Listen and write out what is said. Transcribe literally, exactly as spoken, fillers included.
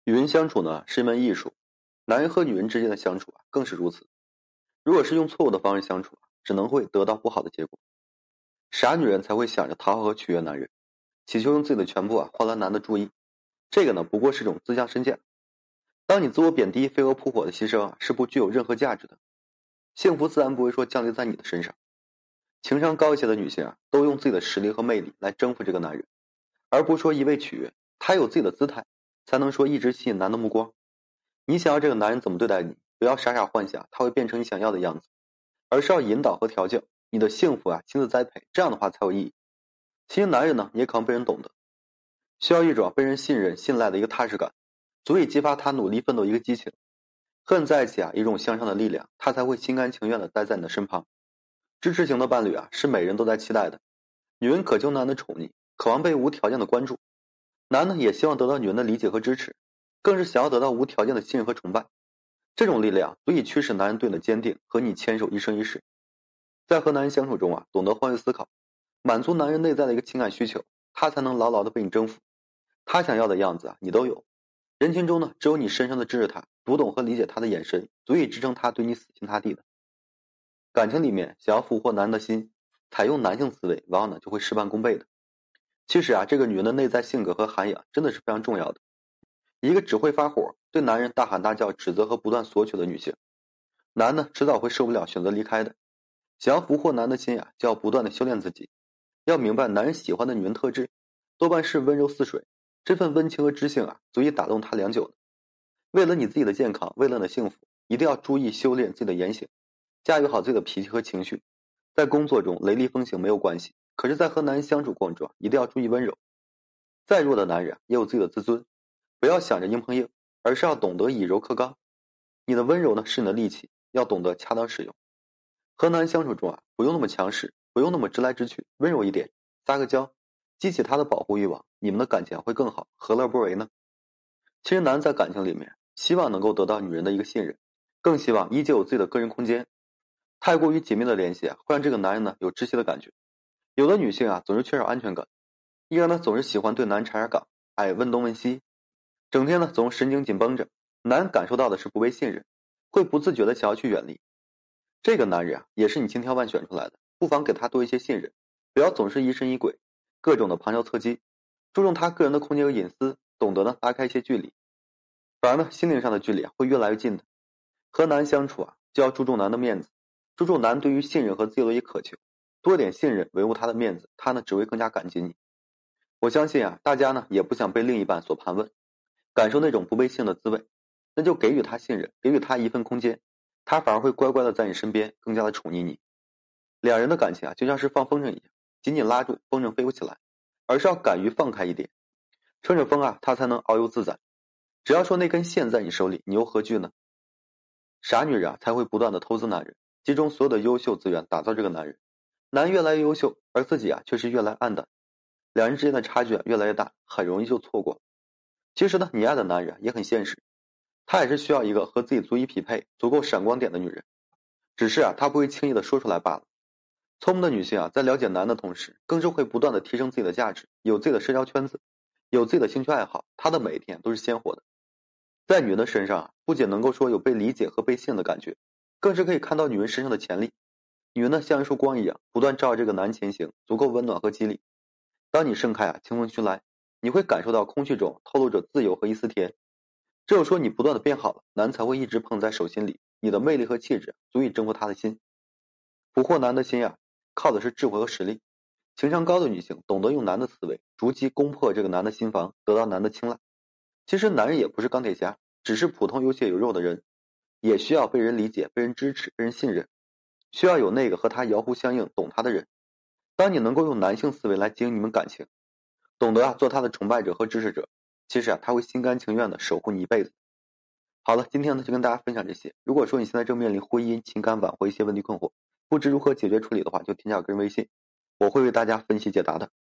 与人相处呢是一门艺术，男人和女人之间的相处啊更是如此。如果是用错误的方式相处啊，只能会得到不好的结果。傻女人才会想着讨好和取悦男人，祈求用自己的全部啊换来男的注意。这个呢不过是种自降身价。当你自我贬低、飞蛾扑火的牺牲啊，是不具有任何价值的。幸福自然不会说降临在你的身上。情商高一些的女性啊，都用自己的实力和魅力来征服这个男人，而不是说一味取悦。她有自己的姿态，才能说一直吸引男的目光。你想要这个男人怎么对待你，不要傻傻幻想他会变成你想要的样子，而是要引导和调教你的幸福啊，亲自栽培，这样的话才有意义。其实男人呢，也可能被人懂得，需要一种被人信任、信赖的一个踏实感，足以激发他努力奋斗一个激情。和你在一起啊，一种向上的力量，他才会心甘情愿的待在你的身旁。支持型的伴侣啊，是每人都在期待的。女人渴求男的宠溺，渴望被无条件的关注；男的也希望得到女人的理解和支持，更是想要得到无条件的信任和崇拜。这种力量足以驱使男人对你的坚定，和你牵手一生一世。在和男人相处中啊，懂得换位思考，满足男人内在的一个情感需求，他才能牢牢的被你征服。他想要的样子啊，你都有。人群中呢，只有你深深的支持他，读懂和理解他的眼神，足以支撑他对你死心塌地的。感情里面想要俘获男人的心，采用男性思维，往往呢就会事半功倍的。其实啊，这个女人的内在性格和涵养真的是非常重要的。一个只会发火、对男人大喊大叫、指责和不断索取的女性，男呢迟早会受不了，选择离开的。想要俘获男的心啊，就要不断的修炼自己。要明白，男人喜欢的女人特质，多半是温柔似水，这份温情和知性啊，足以打动他良久的。为了你自己的健康，为了你的幸福，一定要注意修炼自己的言行，驾驭好自己的脾气和情绪。在工作中雷厉风行没有关系，可是在和男人相处过程中，一定要注意温柔。再弱的男人也有自己的自尊，不要想着硬碰硬，而是要懂得以柔克刚。你的温柔呢是你的利器，要懂得恰当使用。和男人相处中啊，不用那么强势，不用那么直来直去，温柔一点，撒个娇，激起他的保护欲望，你们的感情会更好，何乐不为呢？其实男人在感情里面，希望能够得到女人的一个信任，更希望依旧有自己的个人空间。太过于紧密的联系啊，会让这个男人呢有窒息的感觉。有的女性啊，总是缺少安全感，一人呢总是喜欢对男人插下岗，爱问东问西，整天呢总神经紧绷着。男人感受到的是不被信任，会不自觉的想要去远离。这个男人啊，也是你千挑万选出来的，不妨给他多一些信任，不要总是疑神疑鬼，各种的旁敲侧击，注重他个人的空间和隐私，懂得呢拉开一些距离。反而呢，心灵上的距离啊会越来越近的。和男人相处啊，就要注重男的面子，注重男对于信任和自由的一渴求，多点信任，维护他的面子，他呢只会更加感激你。我相信啊，大家呢也不想被另一半所盘问，感受那种不被信的滋味，那就给予他信任，给予他一份空间，他反而会乖乖的在你身边，更加的宠溺你。两人的感情啊，就像是放风筝一样，紧紧拉住，风筝飞不起来，而是要敢于放开一点，乘着风啊，他才能遨游自在。只要说那根线在你手里，你又何惧呢？傻女人啊，才会不断的投资男人，集中所有的优秀资源打造这个男人。男人越来越优秀，而自己啊却是越来越暗淡，两人之间的差距啊越来越大，很容易就错过。其实呢，你爱的男人也很现实，他也是需要一个和自己足以匹配、足够闪光点的女人，只是啊他不会轻易的说出来罢了。聪明的女性啊，在了解男的同时，更是会不断的提升自己的价值，有自己的社交圈子，有自己的兴趣爱好，她的每一天都是鲜活的。在女人的身上啊，不仅能够说有被理解和被信任的感觉，更是可以看到女人身上的潜力。女人呢，像一束光一样，不断照着这个男人前行，足够温暖和激励。当你盛开啊，清风徐来，你会感受到空气中透露着自由和一丝甜。只有说你不断的变好了，男人才会一直捧在手心里。你的魅力和气质足以征服他的心。俘获男的心啊，靠的是智慧和实力。情商高的女性懂得用男的思维，逐级攻破这个男的心房，得到男的青睐。其实男人也不是钢铁侠，只是普通有血有肉的人，也需要被人理解、被人支持、被人信任，需要有那个和他遥互相应、懂他的人。当你能够用男性思维来经营你们感情，懂得啊做他的崇拜者和支持者，其实啊他会心甘情愿的守护你一辈子。好了，今天呢就跟大家分享这些。如果说你现在正面临婚姻、情感挽回一些问题困惑，不知如何解决处理的话，就添加我个人微信，我会为大家分析解答的。